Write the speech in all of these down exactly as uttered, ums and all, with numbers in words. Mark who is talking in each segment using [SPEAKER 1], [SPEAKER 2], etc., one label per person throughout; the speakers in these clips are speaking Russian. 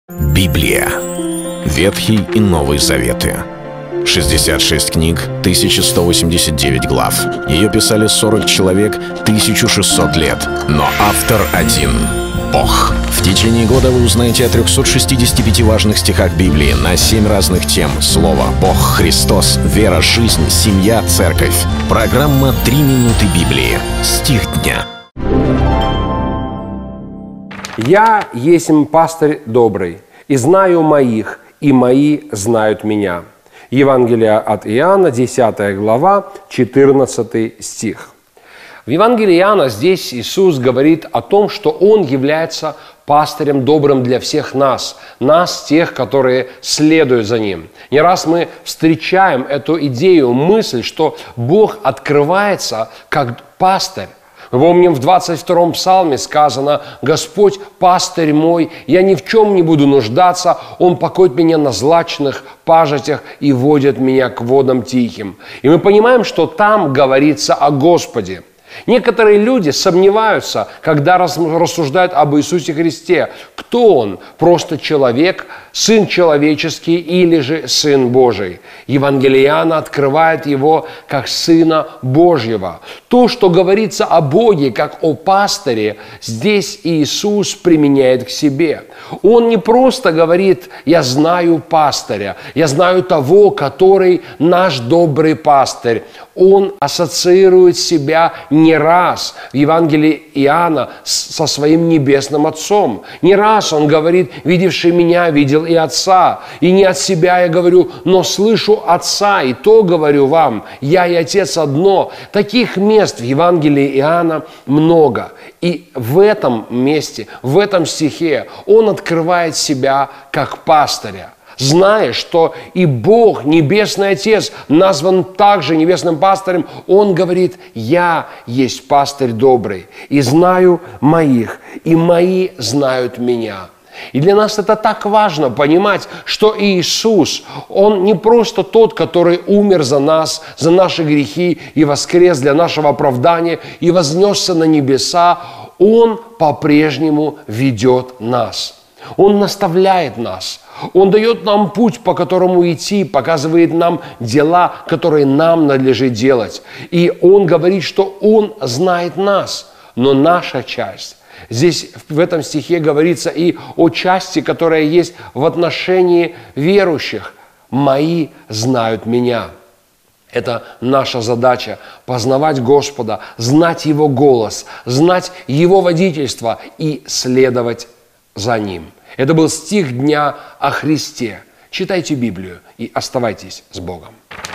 [SPEAKER 1] Библия. Ветхий и Новый Заветы. шестьдесят шесть книг, тысяча сто восемьдесят девять глав. Ее писали сорок человек, тысяча шестьсот лет. Но автор один — Бог. В течение года вы узнаете о трёхстах шестидесяти пяти важных стихах Библии на семь разных тем. Слово, Бог, Христос, вера, жизнь, семья, церковь. Программа «Три минуты Библии». Стих дня.
[SPEAKER 2] «Я есмь пастырь добрый, и знаю моих, и мои знают меня». Евангелие от Иоанна, десятая глава, четырнадцатый стих. В Евангелии Иоанна здесь Иисус говорит о том, что Он является пастырем добрым для всех нас, нас, тех, которые следуют за Ним. Не раз мы встречаем эту идею, мысль, что Бог открывается как пастырь. Мы помним, в двадцать втором псалме сказано: «Господь, пастырь мой, я ни в чем не буду нуждаться, Он покоит меня на злачных пажитях и водит меня к водам тихим». И мы понимаем, что там говорится о Господе. Некоторые люди сомневаются, когда рассуждают об Иисусе Христе. Кто Он? Просто человек, Сын человеческий или же Сын Божий? Евангелие Иоанна открывает Его как Сына Божьего. То, что говорится о Боге, как о пастыре, здесь Иисус применяет к себе. Он не просто говорит: «Я знаю пастыря, я знаю того, который наш добрый пастырь». Он ассоциирует себя не раз в Евангелии Иоанна со своим небесным Отцом. Не раз он говорит: «Видевший меня, видел и Отца». И не от себя я говорю, но слышу Отца, и то говорю вам: я и Отец одно. Таких мест в Евангелии Иоанна много. И в этом месте, в этом стихе он открывает себя как пастыря. Зная, что и Бог, Небесный Отец, назван также Небесным Пастырем, Он говорит: «Я есть пастырь добрый, и знаю моих, и мои знают меня». И для нас это так важно понимать, что Иисус, Он не просто тот, который умер за нас, за наши грехи, и воскрес для нашего оправдания, и вознесся на небеса. Он по-прежнему ведет нас. Он наставляет нас. Он дает нам путь, по которому идти, показывает нам дела, которые нам надлежит делать. И Он говорит, что Он знает нас, но наша часть. Здесь в этом стихе говорится и о части, которая есть в отношении верующих. «Мои знают меня». Это наша задача – познавать Господа, знать Его голос, знать Его водительство и следовать за Ним. Это был стих дня о Христе. Читайте Библию и оставайтесь с Богом.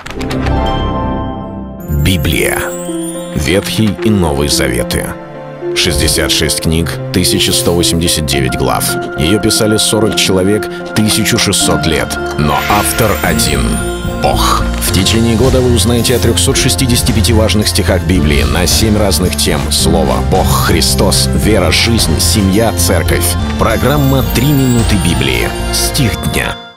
[SPEAKER 1] Библия. Ветхий и Новый Заветы. шестьдесят шесть книг, тысяча сто восемьдесят девять глав. Ее писали сорок человек, тысяча шестьсот лет. Но автор один — Бог. В течение года вы узнаете о трёхстах шестидесяти пяти важных стихах Библии на семь разных тем. Слово, Бог, Христос, вера, жизнь, семья, церковь. Программа «Три минуты Библии». Стих дня.